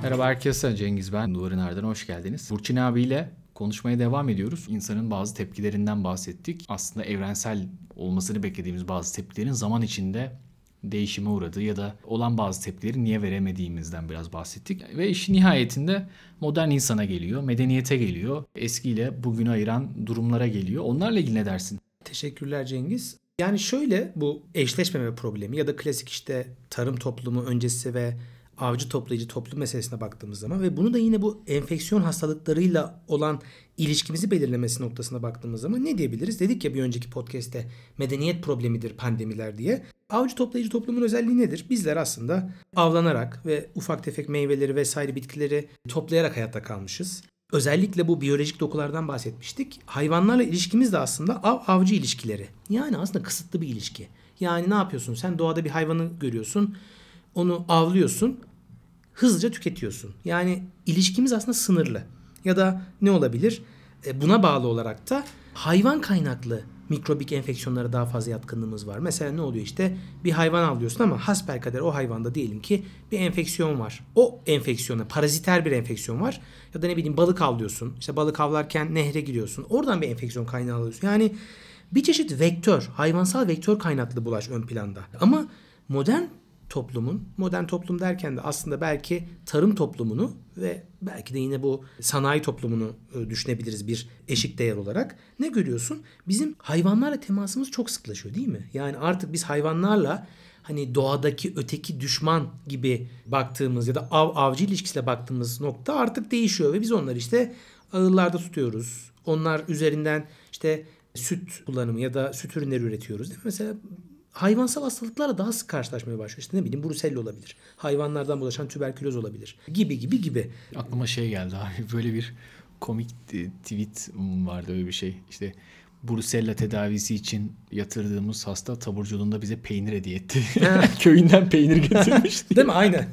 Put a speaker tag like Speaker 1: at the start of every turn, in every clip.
Speaker 1: Merhaba herkese, Cengiz ben. Duvarın Arda'na hoş geldiniz. Burçin abiyle konuşmaya devam ediyoruz. İnsanın bazı tepkilerinden bahsettik. Aslında evrensel olmasını beklediğimiz bazı tepkilerin zaman içinde değişime uğradığı ya da olan bazı tepkileri niye veremediğimizden biraz bahsettik. Ve işin nihayetinde modern insana geliyor, medeniyete geliyor, eskiyle bugünü ayıran durumlara geliyor. Onlarla ilgili ne dersin?
Speaker 2: Teşekkürler Cengiz. Yani şöyle, bu eşleşmeme problemi ya da klasik işte tarım toplumu öncesi ve avcı toplayıcı toplum meselesine baktığımız zaman ve bunu da yine bu enfeksiyon hastalıklarıyla olan ilişkimizi belirlemesi noktasına baktığımız zaman ne diyebiliriz? Dedik ya bir önceki podcast'te medeniyet problemidir pandemiler diye. Avcı toplayıcı toplumun özelliği nedir? Bizler aslında avlanarak ve ufak tefek meyveleri vesaire bitkileri toplayarak hayatta kalmışız. Özellikle bu biyolojik dokulardan bahsetmiştik. Hayvanlarla ilişkimiz de aslında av-avcı ilişkileri. Yani aslında kısıtlı bir ilişki. Yani ne yapıyorsun? Sen doğada bir hayvanı görüyorsun. Onu avlıyorsun. Hızlıca tüketiyorsun. Yani ilişkimiz aslında sınırlı. Ya da ne olabilir? Buna bağlı olarak da hayvan kaynaklı mikrobik enfeksiyonlara daha fazla yatkınlığımız var. Mesela ne oluyor işte? Bir hayvan avlıyorsun ama hasbelkader o hayvanda diyelim ki bir enfeksiyon var. O enfeksiyona, paraziter bir enfeksiyon var. Ya da ne bileyim balık avlıyorsun. İşte balık avlarken nehre giriyorsun. Oradan bir enfeksiyon kaynağı alıyorsun. Yani bir çeşit vektör, hayvansal vektör kaynaklı bulaş ön planda. Ama modern toplum derken de aslında belki tarım toplumunu ve belki de yine bu sanayi toplumunu düşünebiliriz bir eşik değer olarak. Ne görüyorsun? Bizim hayvanlarla temasımız çok sıklaşıyor değil mi? Yani artık biz hayvanlarla hani doğadaki öteki düşman gibi baktığımız ya da avcı ilişkisiyle baktığımız nokta artık değişiyor ve biz onları işte ağırlarda tutuyoruz. Onlar üzerinden işte süt kullanımı ya da süt ürünleri üretiyoruz değil mi? Mesela hayvansal hastalıklarla daha sık karşılaşmaya başlıyor. İşte ne bileyim brusella olabilir. Hayvanlardan bulaşan tüberküloz olabilir. Gibi.
Speaker 1: Aklıma şey geldi abi, böyle bir komik tweet vardı, öyle bir şey. İşte Brusella tedavisi için yatırdığımız hasta taburculuğunda bize peynir hediye etti. Köyünden peynir getirmişti.
Speaker 2: Değil mi? Aynen.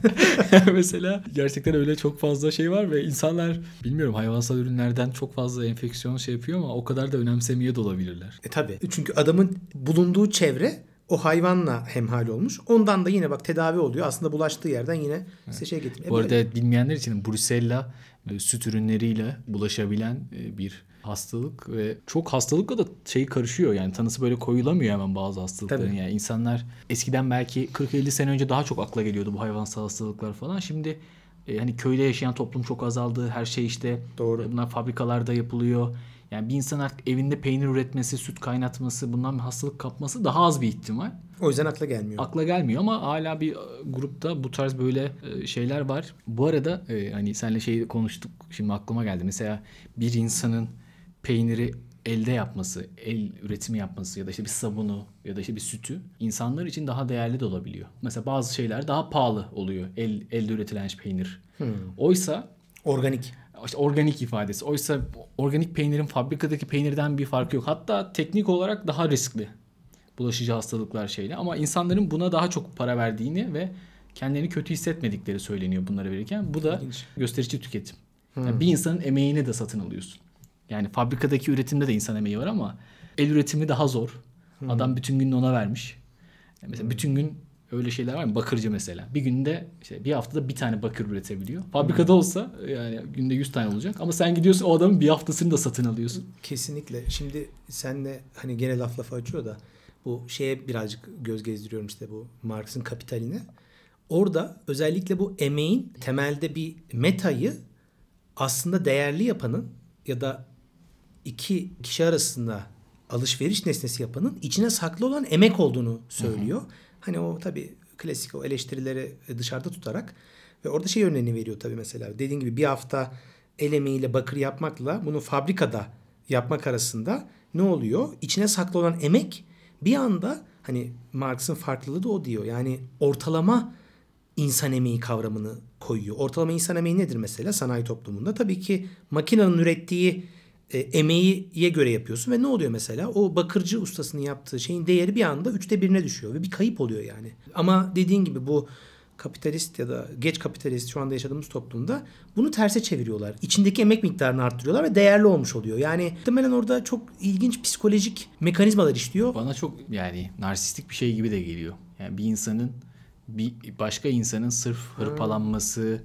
Speaker 1: Mesela gerçekten öyle çok fazla şey var ve insanlar bilmiyorum hayvansal ürünlerden çok fazla enfeksiyon şey yapıyor ama o kadar da önemsemiyor da olabilirler.
Speaker 2: Tabii. Çünkü adamın bulunduğu çevre o hayvanla hemhal olmuş. Ondan da yine bak tedavi oluyor. Aslında bulaştığı yerden yine size şey getiriyor.
Speaker 1: Bu arada bilmeyenler için Brusella süt ürünleriyle bulaşabilen bir hastalık ve çok hastalıkla da şey karışıyor. Yani tanısı böyle koyulamıyor hemen bazı hastalıkların.
Speaker 2: Tabii.
Speaker 1: Yani insanlar eskiden belki 40-50 sene önce daha çok akla geliyordu bu hayvansal hastalıklar falan. Şimdi hani köyde yaşayan toplum çok azaldı. Her şey işte
Speaker 2: Doğru.
Speaker 1: bunlar fabrikalarda yapılıyor. Yani bir insan artık evinde peynir üretmesi, süt kaynatması, bundan bir hastalık kapması daha az bir ihtimal.
Speaker 2: O yüzden akla gelmiyor.
Speaker 1: Akla gelmiyor ama hala bir grupta bu tarz böyle şeyler var. Bu arada hani seninle şey konuştuk, şimdi aklıma geldi. Mesela bir insanın peyniri elde yapması, el üretimi yapması ya da işte bir sabunu ya da işte bir sütü insanlar için daha değerli de olabiliyor. Mesela bazı şeyler daha pahalı oluyor elde üretilen peynir. Oysa
Speaker 2: Organik.
Speaker 1: işte organik ifadesi. Oysa organik peynirin fabrikadaki peynirden bir farkı yok. Hatta teknik olarak daha riskli bulaşıcı hastalıklar şeyle. Ama insanların buna daha çok para verdiğini ve kendilerini kötü hissetmedikleri söyleniyor bunları verirken. Bu da
Speaker 2: İlginç.
Speaker 1: gösterici tüketim. Yani bir insanın emeğini de satın alıyorsun. Yani fabrikadaki üretimde de insan emeği var ama el üretimi daha zor. Adam bütün gününü ona vermiş. Yani mesela bütün gün öyle şeyler var mı? Bakırcı mesela. Bir günde işte bir haftada bir tane bakır üretebiliyor. Fabrikada olsa yani günde 100 tane olacak. Ama sen gidiyorsun o adamın bir haftasını da satın alıyorsun.
Speaker 2: Kesinlikle. Şimdi senle hani gene lafı açıyor da bu şeye birazcık göz gezdiriyorum işte bu Marx'ın Kapitaline. Orada özellikle bu emeğin temelde bir metayı aslında değerli yapanın ya da iki kişi arasında alışveriş nesnesi yapanın içine saklı olan emek olduğunu söylüyor. Hani o tabii klasik o eleştirileri dışarıda tutarak ve orada şey örneğini veriyor tabii mesela. Dediğin gibi bir hafta el emeğiyle bakır yapmakla bunu fabrikada yapmak arasında ne oluyor? İçine saklı olan emek bir anda hani Marx'ın farklılığı da o diyor. Yani ortalama insan emeği kavramını koyuyor. Ortalama insan emeği nedir mesela sanayi toplumunda? Tabii ki makinenin ürettiği emeğiye göre yapıyorsun ve ne oluyor mesela? O bakırcı ustasının yaptığı şeyin değeri bir anda 1/3'e düşüyor ve bir kayıp oluyor yani. Ama dediğin gibi bu kapitalist ya da geç kapitalist şu anda yaşadığımız toplumda bunu terse çeviriyorlar. İçindeki emek miktarını arttırıyorlar ve değerli olmuş oluyor. Yani muhtemelen orada çok ilginç psikolojik mekanizmalar işliyor.
Speaker 1: Bana çok yani narsistik bir şey gibi de geliyor. Yani bir insanın bir başka insanın sırf hırpalanması,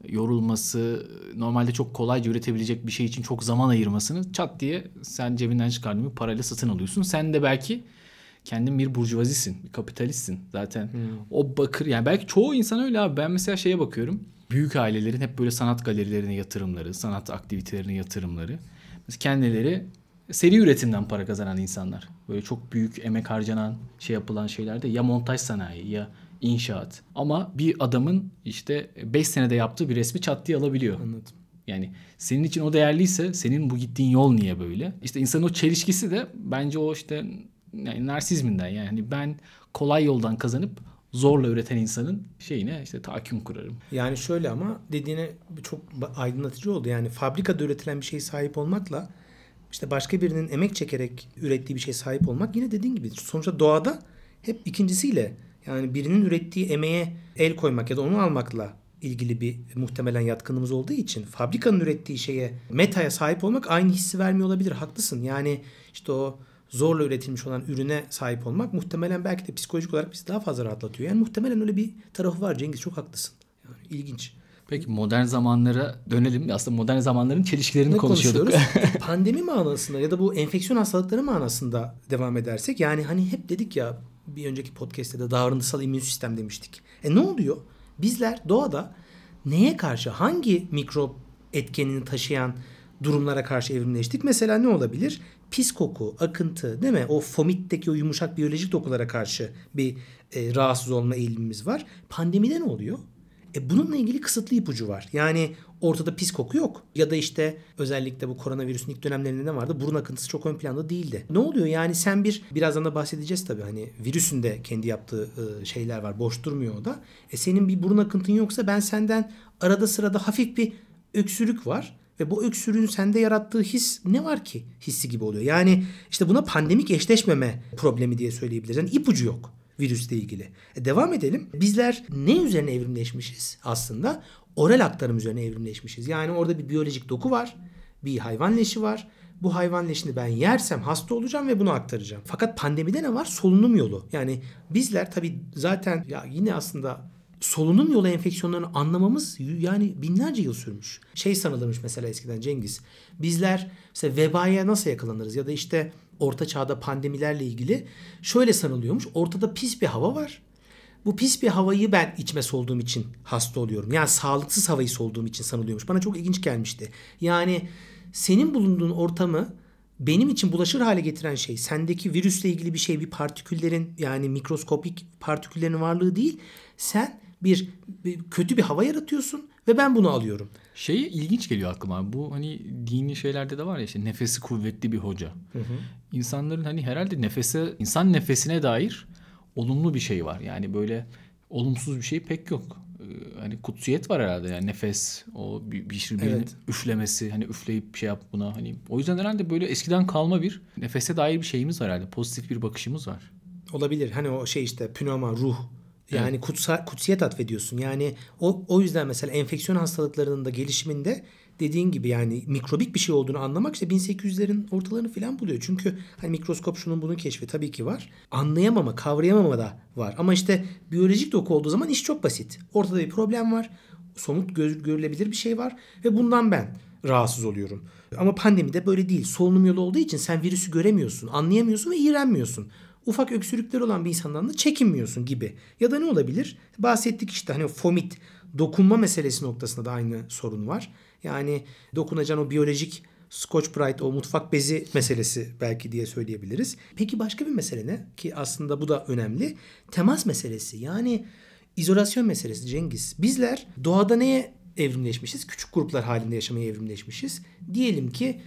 Speaker 1: yorulması, normalde çok kolayca üretebilecek bir şey için çok zaman ayırmasını çat diye sen cebinden çıkardığın bir parayla satın alıyorsun. Sen de belki kendin bir burjuvazisin, bir kapitalistsin zaten. O bakır yani belki çoğu insan öyle abi. Ben mesela şeye bakıyorum. Büyük ailelerin hep böyle sanat galerilerine yatırımları, sanat aktivitelerine yatırımları. Mesela kendileri seri üretimden para kazanan insanlar. Böyle çok büyük emek harcanan şey yapılan şeylerde ya montaj sanayi ya inşaat. Ama bir adamın işte 5 senede yaptığı bir resmi çat diye alabiliyor.
Speaker 2: Anladım.
Speaker 1: Yani senin için o değerliyse senin bu gittiğin yol niye böyle? İşte insanın o çelişkisi de bence o işte yani narsizminden, yani ben kolay yoldan kazanıp zorla üreten insanın şeyine işte tahakküm kurarım.
Speaker 2: Yani şöyle, ama dediğine çok aydınlatıcı oldu. Yani fabrikada üretilen bir şeye sahip olmakla işte başka birinin emek çekerek ürettiği bir şeye sahip olmak yine dediğin gibi. Sonuçta doğada hep ikincisiyle, yani birinin ürettiği emeğe el koymak ya da onu almakla ilgili bir muhtemelen yatkınlığımız olduğu için fabrikanın ürettiği şeye, metaya sahip olmak aynı hissi vermiyor olabilir. Haklısın. Yani işte o zorla üretilmiş olan ürüne sahip olmak muhtemelen belki de psikolojik olarak bizi daha fazla rahatlatıyor. Yani muhtemelen öyle bir tarafı var Cengiz. Çok haklısın. Yani ilginç.
Speaker 1: Peki modern zamanlara dönelim. Aslında modern zamanların çelişkilerini
Speaker 2: Ne
Speaker 1: konuşuyorduk.
Speaker 2: konuşuyoruz? Pandemi manasında ya da bu enfeksiyon hastalıkları manasında devam edersek, yani hani hep dedik ya, bir önceki podcast'te de davranışsal immün sistem demiştik. Ne oluyor? Bizler doğada neye karşı, hangi mikrop etkenini taşıyan durumlara karşı evrimleştik? Mesela ne olabilir? Pis koku, akıntı, değil mi? O fomitteki o yumuşak biyolojik dokulara karşı bir rahatsız olma eğilimimiz var. Pandemide ne oluyor? Bununla ilgili kısıtlı ipucu var. Yani ortada pis koku yok. Ya da işte özellikle bu koronavirüsün ilk dönemlerinde ne vardı? Burun akıntısı çok ön planda değildi. Ne oluyor? Yani sen birazdan da bahsedeceğiz tabii, hani virüsün de kendi yaptığı şeyler var. Boş durmuyor o da. Senin bir burun akıntın yoksa ben senden arada sırada hafif bir öksürük var. Ve bu öksürüğün sende yarattığı his ne var ki hissi gibi oluyor. Yani işte buna pandemik eşleşmeme problemi diye söyleyebiliriz. Yani ipucu yok virüsle ilgili. Devam edelim. Bizler ne üzerine evrimleşmişiz aslında? Oral aktarım üzerine evrimleşmişiz. Yani orada bir biyolojik doku var. Bir hayvan leşi var. Bu hayvan leşini ben yersem hasta olacağım ve bunu aktaracağım. Fakat pandemide ne var? Solunum yolu. Yani bizler tabii zaten ya yine aslında solunum yolu enfeksiyonlarını anlamamız yani binlerce yıl sürmüş. Şey sanılırmış mesela eskiden Cengiz. Bizler mesela vebaya nasıl yakalanırız ya da işte Orta Çağ'da pandemilerle ilgili şöyle sanılıyormuş. Ortada pis bir hava var. Bu pis bir havayı ben içime solduğum için hasta oluyorum. Yani sağlıksız havayı solduğum için sanılıyormuş. Bana çok ilginç gelmişti. Yani senin bulunduğun ortamı benim için bulaşır hale getiren şey sendeki virüsle ilgili bir şey, bir partiküllerin, yani mikroskopik partiküllerin varlığı değil. Sen bir kötü bir hava yaratıyorsun ve ben bunu alıyorum.
Speaker 1: Şey ilginç geliyor aklıma. Bu hani dini şeylerde de var ya, işte nefesi kuvvetli bir hoca. İnsanların hani herhalde insan nefesine dair olumlu bir şey var. Yani böyle olumsuz bir şey pek yok. Hani kutsiyet var herhalde, yani nefes, o birinin üflemesi, hani üfleyip bir şey yap buna, hani o yüzden herhalde böyle eskiden kalma bir nefese dair bir şeyimiz var herhalde. Pozitif bir bakışımız var.
Speaker 2: Olabilir. Hani o şey işte pneuma, ruh. Yani kutsiyet atfediyorsun. Yani o yüzden mesela enfeksiyon hastalıklarının da gelişiminde dediğin gibi yani mikrobik bir şey olduğunu anlamak işte 1800'lerin ortalarını falan buluyor. Çünkü hani mikroskop şunun bunun keşfi tabii ki var. Anlayamama, kavrayamama da var. Ama işte biyolojik doku olduğu zaman iş çok basit. Ortada bir problem var. Somut görülebilir bir şey var ve bundan ben rahatsız oluyorum. Ama pandemide böyle değil. Solunum yolu olduğu için sen virüsü göremiyorsun, anlayamıyorsun ve iğrenmiyorsun. Ufak öksürükler olan bir insandan da çekinmiyorsun gibi. Ya da ne olabilir? Bahsettik işte hani fomit, dokunma meselesi noktasında da aynı sorun var. Yani dokunacağın o biyolojik Scotch-Brite, o mutfak bezi meselesi belki diye söyleyebiliriz. Peki başka bir mesele ne? Ki aslında bu da önemli. Temas meselesi, yani izolasyon meselesi Cengiz. Bizler doğada neye evrimleşmişiz? Küçük gruplar halinde yaşamaya evrimleşmişiz. Diyelim ki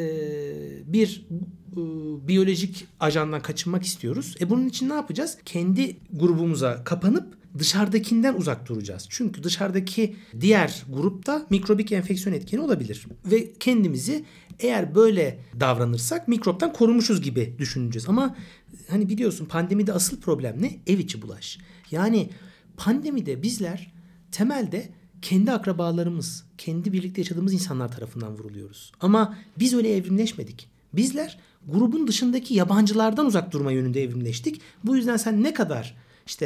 Speaker 2: bir biyolojik ajandan kaçınmak istiyoruz. Bunun için ne yapacağız? Kendi grubumuza kapanıp dışarıdakinden uzak duracağız. Çünkü dışarıdaki diğer grupta mikrobik enfeksiyon etkeni olabilir. Ve kendimizi eğer böyle davranırsak mikroptan korunmuşuz gibi düşüneceğiz. Ama hani biliyorsun pandemide asıl problem ne? Ev içi bulaş. Yani pandemide bizler temelde kendi akrabalarımız, kendi birlikte yaşadığımız insanlar tarafından vuruluyoruz. Ama biz öyle evrimleşmedik. Bizler grubun dışındaki yabancılardan uzak durma yönünde evrimleştik. Bu yüzden sen ne kadar işte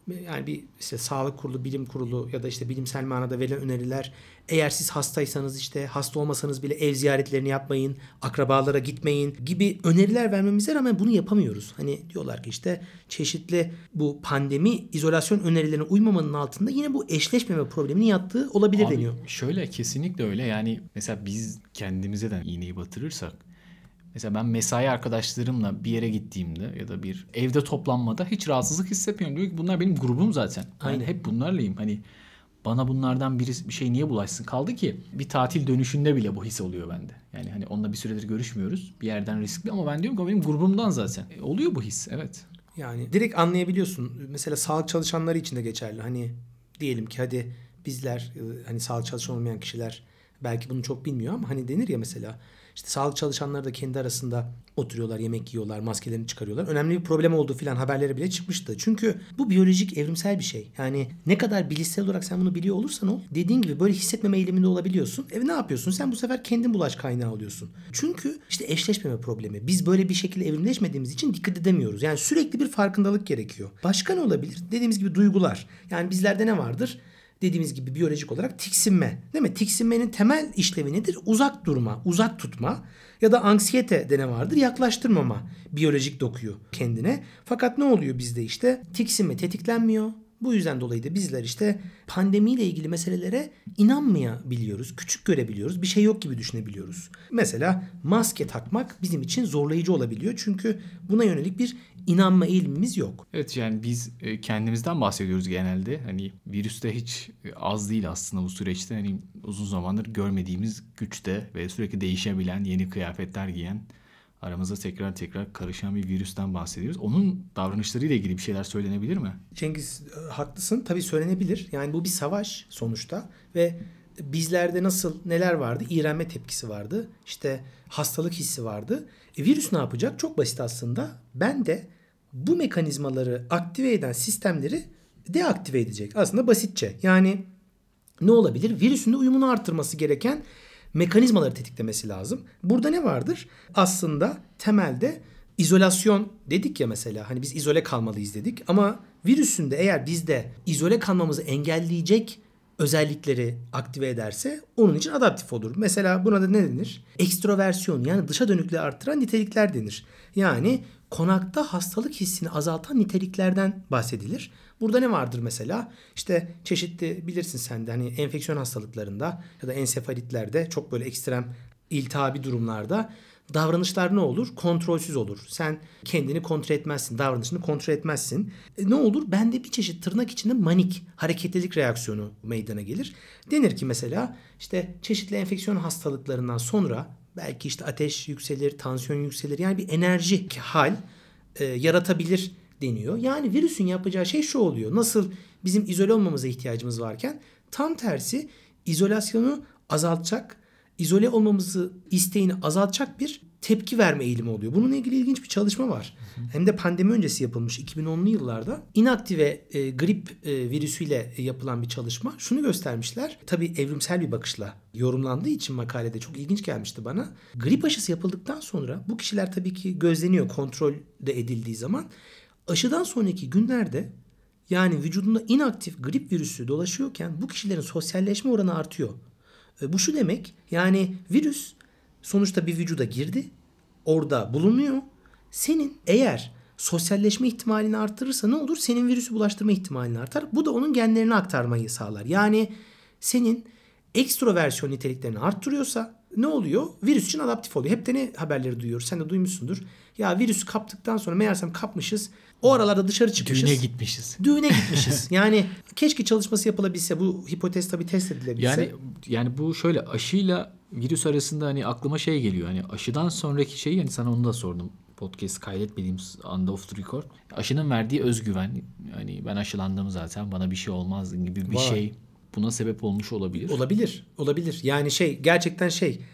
Speaker 2: yani bir işte sağlık kurulu, bilim kurulu ya da işte bilimsel manada verilen öneriler, eğer siz hastaysanız işte hasta olmasanız bile ev ziyaretlerini yapmayın, akrabalara gitmeyin gibi öneriler vermemize rağmen bunu yapamıyoruz. Hani diyorlar ki işte çeşitli bu pandemi izolasyon önerilerine uymamanın altında yine bu eşleşmeme probleminin yattığı olabilir
Speaker 1: Abi,
Speaker 2: deniyor.
Speaker 1: şöyle kesinlikle öyle. Yani mesela biz kendimize de iğneyi batırırsak, mesela ben mesai arkadaşlarımla bir yere gittiğimde ya da bir evde toplanmada hiç rahatsızlık hissetmiyorum. Diyor ki bunlar benim grubum zaten. Ben
Speaker 2: Aynen.
Speaker 1: hep bunlarlayım. Hani bana bunlardan bir şey niye bulaşsın? Kaldı ki bir tatil dönüşünde bile bu his oluyor bende. Yani hani onunla bir süredir görüşmüyoruz. Bir yerden riskli ama ben diyorum ki o benim grubumdan zaten. Oluyor bu his, evet.
Speaker 2: Yani direkt anlayabiliyorsun. Mesela sağlık çalışanları için de geçerli. Hani diyelim ki hadi bizler hani sağlık çalışan olmayan kişiler belki bunu çok bilmiyor ama hani denir ya mesela işte sağlık çalışanları da kendi arasında oturuyorlar, yemek yiyorlar, maskelerini çıkarıyorlar. Önemli bir problem olduğu filan haberlere bile çıkmıştı. Çünkü bu biyolojik, evrimsel bir şey. Yani ne kadar bilişsel olarak sen bunu biliyor olursan ol, dediğin gibi böyle hissetmeme eğiliminde olabiliyorsun. Ne yapıyorsun? Sen bu sefer kendin bulaş kaynağı oluyorsun. Çünkü işte eşleşmeme problemi. Biz böyle bir şekilde evrimleşmediğimiz için dikkat edemiyoruz. Yani sürekli bir farkındalık gerekiyor. Başka ne olabilir? Dediğimiz gibi duygular. Yani bizlerde ne vardır? Dediğimiz gibi biyolojik olarak tiksinme. Değil mi? Tiksinmenin temel işlevi nedir? Uzak durma, uzak tutma ya da anksiyete de ne vardır? Yaklaştırmama biyolojik dokuyu kendine. Fakat ne oluyor bizde işte? Tiksinme tetiklenmiyor. Bu yüzden dolayı da bizler işte pandemiyle ilgili meselelere inanmayabiliyoruz. Küçük görebiliyoruz. Bir şey yok gibi düşünebiliyoruz. Mesela maske takmak bizim için zorlayıcı olabiliyor. Çünkü buna yönelik bir inanma eğilimimiz yok.
Speaker 1: Evet, yani biz kendimizden bahsediyoruz genelde. Hani virüs de hiç az değil aslında bu süreçte. Hani uzun zamandır görmediğimiz güçte ve sürekli değişebilen, yeni kıyafetler giyen, aramıza tekrar tekrar karışan bir virüsten bahsediyoruz. Onun davranışlarıyla ilgili bir şeyler söylenebilir mi?
Speaker 2: Cengiz, haklısın. Tabii söylenebilir. Yani bu bir savaş sonuçta ve bizlerde nasıl neler vardı? İğrenme tepkisi vardı. İşte hastalık hissi vardı. Virüs ne yapacak? Çok basit aslında. Ben de bu mekanizmaları aktive eden sistemleri deaktive edecek. Aslında basitçe. Yani ne olabilir? Virüsün de uyumunu artırması gereken mekanizmaları tetiklemesi lazım. Burada ne vardır? Aslında temelde izolasyon dedik ya mesela. Hani biz izole kalmalıyız dedik. Ama virüsün de eğer bizde izole kalmamızı engelleyecek özellikleri aktive ederse onun için adaptif olur. Mesela buna da ne denir? Ekstroversiyon, yani dışa dönüklüğü artıran nitelikler denir. Yani konakta hastalık hissini azaltan niteliklerden bahsedilir. Burada ne vardır mesela? İşte çeşitli, bilirsin sen de, hani enfeksiyon hastalıklarında ya da ensefalitlerde, çok böyle ekstrem iltihabi durumlarda davranışlar ne olur? Kontrolsüz olur. Sen kendini kontrol etmezsin. Davranışını kontrol etmezsin. Ne olur? Bende bir çeşit tırnak içinde manik hareketlilik reaksiyonu meydana gelir. Denir ki mesela işte çeşitli enfeksiyon hastalıklarından sonra belki işte ateş yükselir, tansiyon yükselir. Yani bir enerjik hal yaratabilir deniyor. Yani virüsün yapacağı şey şu oluyor. Nasıl bizim izole olmamıza ihtiyacımız varken tam tersi izolasyonu azaltacak, izole olmamızı isteğini azaltacak bir tepki verme eğilimi oluyor. Bununla ilgili ilginç bir çalışma var. Hem de pandemi öncesi yapılmış 2010'lu yıllarda. İnaktive grip virüsüyle yapılan bir çalışma. Şunu göstermişler. Tabii evrimsel bir bakışla yorumlandığı için makalede çok ilginç gelmişti bana. Grip aşısı yapıldıktan sonra bu kişiler tabii ki gözleniyor, kontrol de edildiği zaman. Aşıdan sonraki günlerde, yani vücudunda inaktif grip virüsü dolaşıyorken bu kişilerin sosyalleşme oranı artıyor. Bu şu demek, yani virüs sonuçta bir vücuda girdi, orada bulunuyor. Senin eğer sosyalleşme ihtimalini artırırsa ne olur? Senin virüsü bulaştırma ihtimalini artar. Bu da onun genlerine aktarmayı sağlar. Yani senin ekstroversiyon niteliklerini arttırıyorsa ne oluyor? Virüs için adaptif oluyor. Hep de ne haberleri duyuyoruz? Sen de duymuşsundur. Ya virüsü kaptıktan sonra meğersem kapmışız. O aralarda dışarı çıkmışız. Düğüne gitmişiz. Yani keşke çalışması yapılabilse. Bu hipotez tabii test edilebilse.
Speaker 1: Yani bu şöyle, aşıyla virüs arasında hani aklıma şey geliyor. Hani aşıdan sonraki şeyi, hani sana onu da sordum. Podcast kaydetmediğim anda, off the record. Aşının verdiği özgüven. Hani ben aşılandım zaten, bana bir şey olmaz gibi bir şey buna sebep olmuş olabilir.
Speaker 2: Olabilir. Yani gerçekten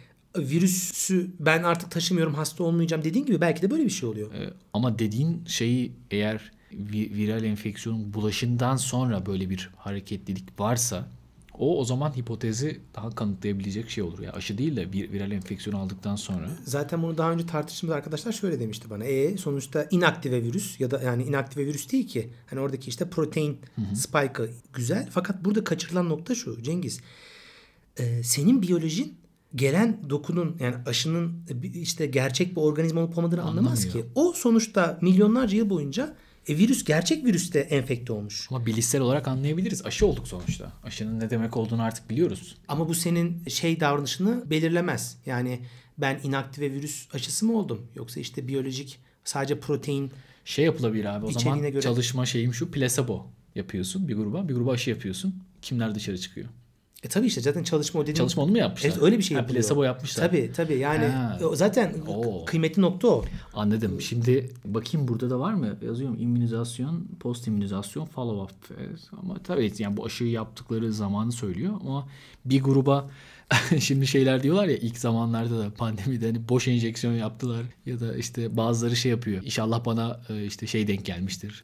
Speaker 2: virüsü ben artık taşımıyorum, hasta olmayacağım dediğin gibi belki de böyle bir şey oluyor.
Speaker 1: Ama dediğin şeyi, eğer viral enfeksiyonun bulaşından sonra böyle bir hareketlilik varsa, O zaman hipotezi daha kanıtlayabilecek şey olur. Ya aşı değil de bir viral enfeksiyon aldıktan sonra.
Speaker 2: Zaten bunu daha önce tartıştığımız arkadaşlar şöyle demişti bana. Sonuçta inaktive virüs ya da yani inaktive virüs değil ki. Hani oradaki işte protein spike'ı güzel. Fakat burada kaçırılan nokta şu Cengiz. Senin biyolojin gelen dokunun yani aşının işte gerçek bir organizma olup olmadığını anlamaz ki. O sonuçta milyonlarca yıl boyunca virüs gerçek virüste enfekte olmuş.
Speaker 1: Ama bilişsel olarak anlayabiliriz. Aşı olduk sonuçta. Aşının ne demek olduğunu artık biliyoruz.
Speaker 2: Ama bu senin davranışını belirlemez. Yani ben inaktive virüs aşısı mı oldum? Yoksa işte biyolojik sadece protein
Speaker 1: Yapılabilir abi. O zaman
Speaker 2: göre...
Speaker 1: çalışma şeyim şu, placebo yapıyorsun bir gruba aşı yapıyorsun. Kimler dışarı çıkıyor?
Speaker 2: Tabii işte zaten çalışma o dediğim...
Speaker 1: Çalışma onu mu yapmışlar?
Speaker 2: Evet öyle bir şey yapılıyor.
Speaker 1: Placebo yapmışlar.
Speaker 2: Tabii yani zaten kıymetli nokta o.
Speaker 1: Anladım. Şimdi bakayım burada da var mı? Yazıyorum immünizasyon, post immünizasyon, follow up. Ama tabii yani bu aşıyı yaptıkları zamanı söylüyor ama bir gruba şimdi şeyler diyorlar ya ilk zamanlarda da pandemide hani boş enjeksiyon yaptılar ya da işte bazıları yapıyor. İnşallah bana işte denk gelmiştir.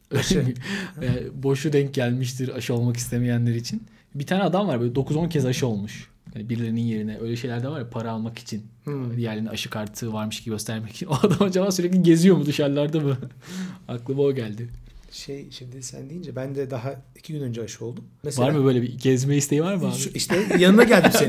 Speaker 1: Boşu denk gelmiştir aşı olmak istemeyenler için. Bir tane adam var böyle 9-10 kez aşı olmuş. Yani birilerinin yerine öyle şeyler de var ya para almak için. Diğerlerinin aşı kartı varmış gibi göstermek için. O adam acaba sürekli geziyor mu dışarılarda mı? Aklıma o geldi.
Speaker 2: Şimdi sen deyince ben de daha 2 gün önce aşı oldum. Mesela,
Speaker 1: var mı böyle bir gezme isteği var mı abi?
Speaker 2: İşte yanına geldim senin.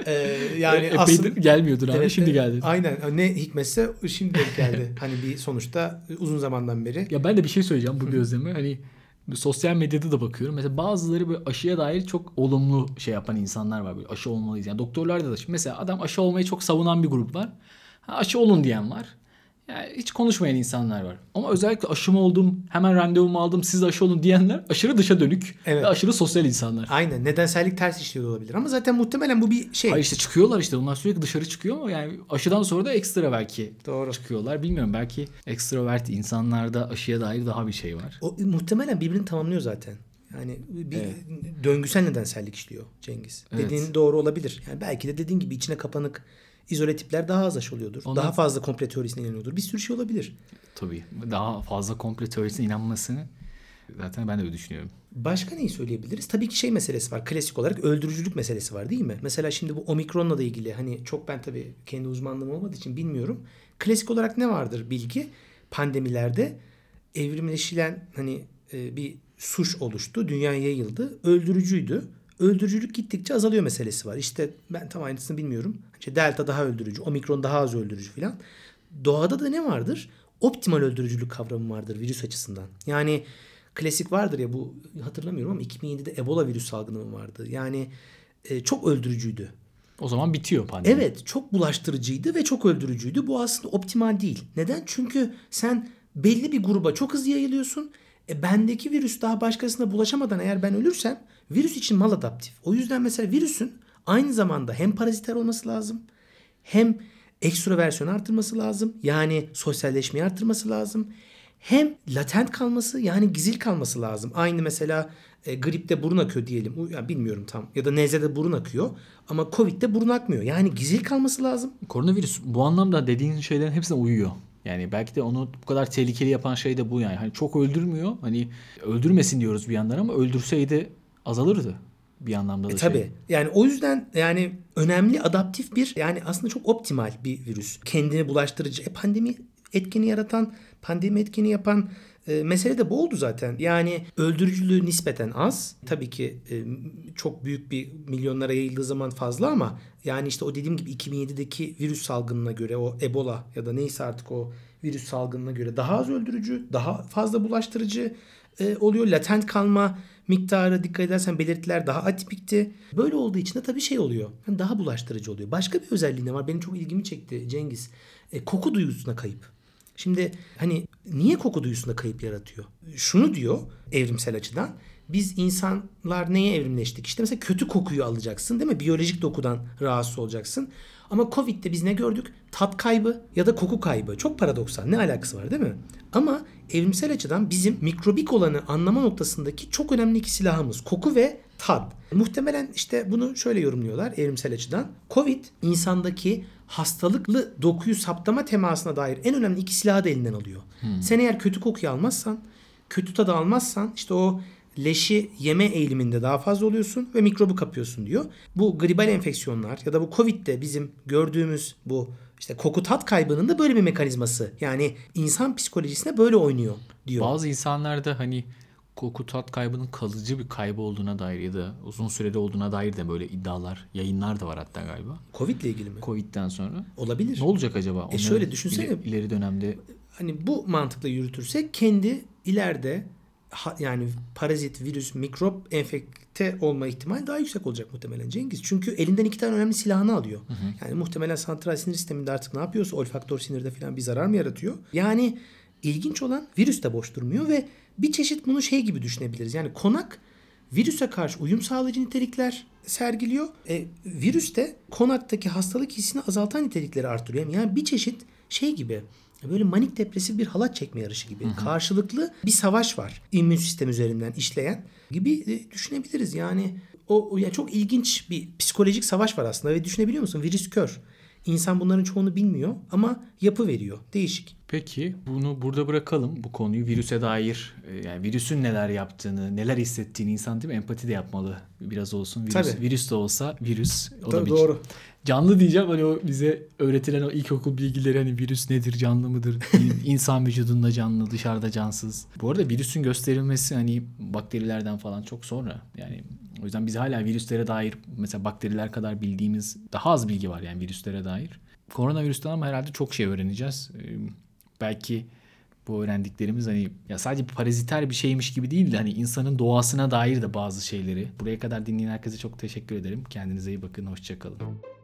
Speaker 2: Yani
Speaker 1: aslında gelmiyordur abi evet, şimdi geldi.
Speaker 2: Aynen ne hikmetse şimdi geldi. Hani bir sonuçta uzun zamandan beri.
Speaker 1: Ya ben de bir şey söyleyeceğim bu gözleme. Hani sosyal medyada da bakıyorum. Mesela bazıları böyle aşıya dair çok olumlu yapan insanlar var. Böyle aşı olmalıyız. Yani doktorlarda da. Mesela adam aşı olmayı çok savunan bir grup var. Aşı olun diyen var. Yani hiç konuşmayan insanlar var. Ama özellikle aşı mı oldum, hemen randevumu aldım, siz aşı olun diyenler aşırı dışa dönük ve aşırı sosyal insanlar.
Speaker 2: Aynen. Nedensellik ters işliyor olabilir. Ama zaten muhtemelen bu bir şey.
Speaker 1: Hayır işte çıkıyorlar işte. Onlar sürekli dışarı çıkıyor ama yani aşıdan sonra da ekstra belki çıkıyorlar. Bilmiyorum belki ekstrovert insanlarda aşıya dair daha bir şey var.
Speaker 2: O muhtemelen birbirini tamamlıyor zaten. Yani bir döngüsel nedensellik işliyor Cengiz. Evet. Dediğin doğru olabilir. Yani belki de dediğin gibi içine kapanık izole tipler daha az aşı oluyordur. Daha fazla komple teorisine inanıyordur. Bir sürü şey olabilir.
Speaker 1: Tabii. Daha fazla komple teorisine inanmasını zaten ben de öyle düşünüyorum.
Speaker 2: Başka neyi söyleyebiliriz? Tabii ki meselesi var. Klasik olarak öldürücülük meselesi var değil mi? Mesela şimdi bu omikronla da ilgili hani çok ben tabii kendi uzmanlığım olmadığı için bilmiyorum. Klasik olarak ne vardır bilgi? Pandemilerde evrimleşilen hani bir suç oluştu. Dünyaya yayıldı. Öldürücüydü. Öldürücülük gittikçe azalıyor meselesi var. İşte ben tam aynısını bilmiyorum. İşte delta daha öldürücü, omikron daha az öldürücü filan. Doğada da ne vardır? Optimal öldürücülük kavramı vardır virüs açısından. Yani klasik vardır ya bu hatırlamıyorum ama 2007'de Ebola virüs salgını mı vardı? Yani çok öldürücüydü.
Speaker 1: O zaman bitiyor pandemi.
Speaker 2: Evet çok bulaştırıcıydı ve çok öldürücüydü. Bu aslında optimal değil. Neden? Çünkü sen belli bir gruba çok hızlı yayılıyorsun. Bendeki virüs daha başkasına bulaşamadan eğer ben ölürsem virüs için maladaptif. O yüzden mesela virüsün aynı zamanda hem paraziter olması lazım hem ekstroversiyonu artırması lazım. Yani sosyalleşmeyi artırması lazım. Hem latent kalması yani gizil kalması lazım. Aynı mesela gripte burun akıyor diyelim. Ya bilmiyorum tam. Ya da nezlede burun akıyor. Ama Covid'de burun akmıyor. Yani gizil kalması lazım.
Speaker 1: Koronavirüs bu anlamda dediğin şeylerin hepsine uyuyor. Yani belki de onu bu kadar tehlikeli yapan şey de bu yani. Hani çok öldürmüyor. Hani öldürmesin diyoruz bir yandan ama öldürseydi azalırdı bir anlamda da
Speaker 2: tabii. Yani o yüzden yani önemli adaptif bir yani aslında çok optimal bir virüs. Kendini bulaştırıcı. Pandemi etkeni yapan mesele de bu oldu zaten. Yani öldürücülüğü nispeten az. Tabii ki çok büyük bir milyonlara yayıldığı zaman fazla ama yani işte o dediğim gibi 2007'deki virüs salgınına göre o Ebola ya da neyse artık o virüs salgınına göre daha az öldürücü, daha fazla bulaştırıcı oluyor. Latent kalma miktarı dikkat edersen belirtiler daha atipikti. Böyle olduğu için de tabii oluyor. Yani daha bulaştırıcı oluyor. Başka bir özelliği ne var? Benim çok ilgimi çekti Cengiz. Koku duyusuna kayıp. Şimdi hani niye koku duyusunda kayıp yaratıyor? Şunu diyor evrimsel açıdan. Biz insanlar neye evrimleştik? İşte mesela kötü kokuyu alacaksın değil mi? Biyolojik dokudan rahatsız olacaksın. Ama Covid'de biz ne gördük? Tat kaybı ya da koku kaybı. Çok paradoksal. Ne alakası var değil mi? Ama evrimsel açıdan bizim mikrobik olanı anlama noktasındaki çok önemli iki silahımız. Koku ve tad. Muhtemelen işte bunu şöyle yorumluyorlar evrimsel açıdan. Covid insandaki hastalıklı dokuyu saptama temasına dair en önemli iki silahı da elinden alıyor. Sen eğer kötü kokuyu almazsan, kötü tadı almazsan işte o leşi yeme eğiliminde daha fazla oluyorsun ve mikrobu kapıyorsun diyor. Bu gribal enfeksiyonlar ya da bu Covid'de bizim gördüğümüz bu işte koku tat kaybının da böyle bir mekanizması. Yani insan psikolojisine böyle oynuyor diyor.
Speaker 1: Bazı insanlarda hani koku tat kaybının kalıcı bir kaybı olduğuna dair ya da uzun sürede olduğuna dair de böyle iddialar, yayınlar da var hatta galiba.
Speaker 2: Covid'le ilgili mi?
Speaker 1: Covid'den sonra.
Speaker 2: Olabilir.
Speaker 1: Ne olacak acaba? Onları
Speaker 2: Şöyle düşünsene.
Speaker 1: ileri dönemde
Speaker 2: Hani bu mantıkla yürütürsek kendi ileride yani parazit, virüs, mikrop enfekte olma ihtimali daha yüksek olacak muhtemelen Cengiz. Çünkü elinden 2 tane önemli silahını alıyor. Yani muhtemelen santral sinir sisteminde artık ne yapıyorsa olfaktör sinirde falan bir zarar mı yaratıyor? Yani ilginç olan virüs de boş durmuyor ve bir çeşit bunu şey gibi düşünebiliriz. Yani konak virüse karşı uyum sağlayıcı nitelikler sergiliyor. Virüs de konaktaki hastalık hissini azaltan nitelikleri artırıyor. Yani bir çeşit şey gibi, böyle manik depresif bir halat çekme yarışı gibi. Karşılıklı bir savaş var. İmmün sistem üzerinden işleyen gibi düşünebiliriz. Yani o yani çok ilginç bir psikolojik savaş var aslında ve düşünebiliyor musun? Virüs kör. İnsan bunların çoğunu bilmiyor ama yapı veriyor. Değişik.
Speaker 1: Peki bunu burada bırakalım, bu konuyu virüse dair, yani virüsün neler yaptığını, neler hissettiğini insan değil mi? Empati de yapmalı biraz olsun. Virüs de olsa virüs. O da
Speaker 2: Doğru.
Speaker 1: Canlı diyeceğim, hani o bize öğretilen o ilkokul bilgileri, hani virüs nedir, canlı mıdır? İnsan vücudunda canlı, dışarıda cansız. Bu arada virüsün gösterilmesi hani bakterilerden falan çok sonra. Yani o yüzden biz hala virüslere dair mesela bakteriler kadar bildiğimiz daha az bilgi var yani virüslere dair. Koronavirüsten ama herhalde çok şey öğreneceğiz. Belki bu öğrendiklerimiz hani ya sadece paraziter bir şeymiş gibi değil de hani insanın doğasına dair de bazı şeyleri. Buraya kadar dinleyen herkese çok teşekkür ederim. Kendinize iyi bakın. Hoşça kalın.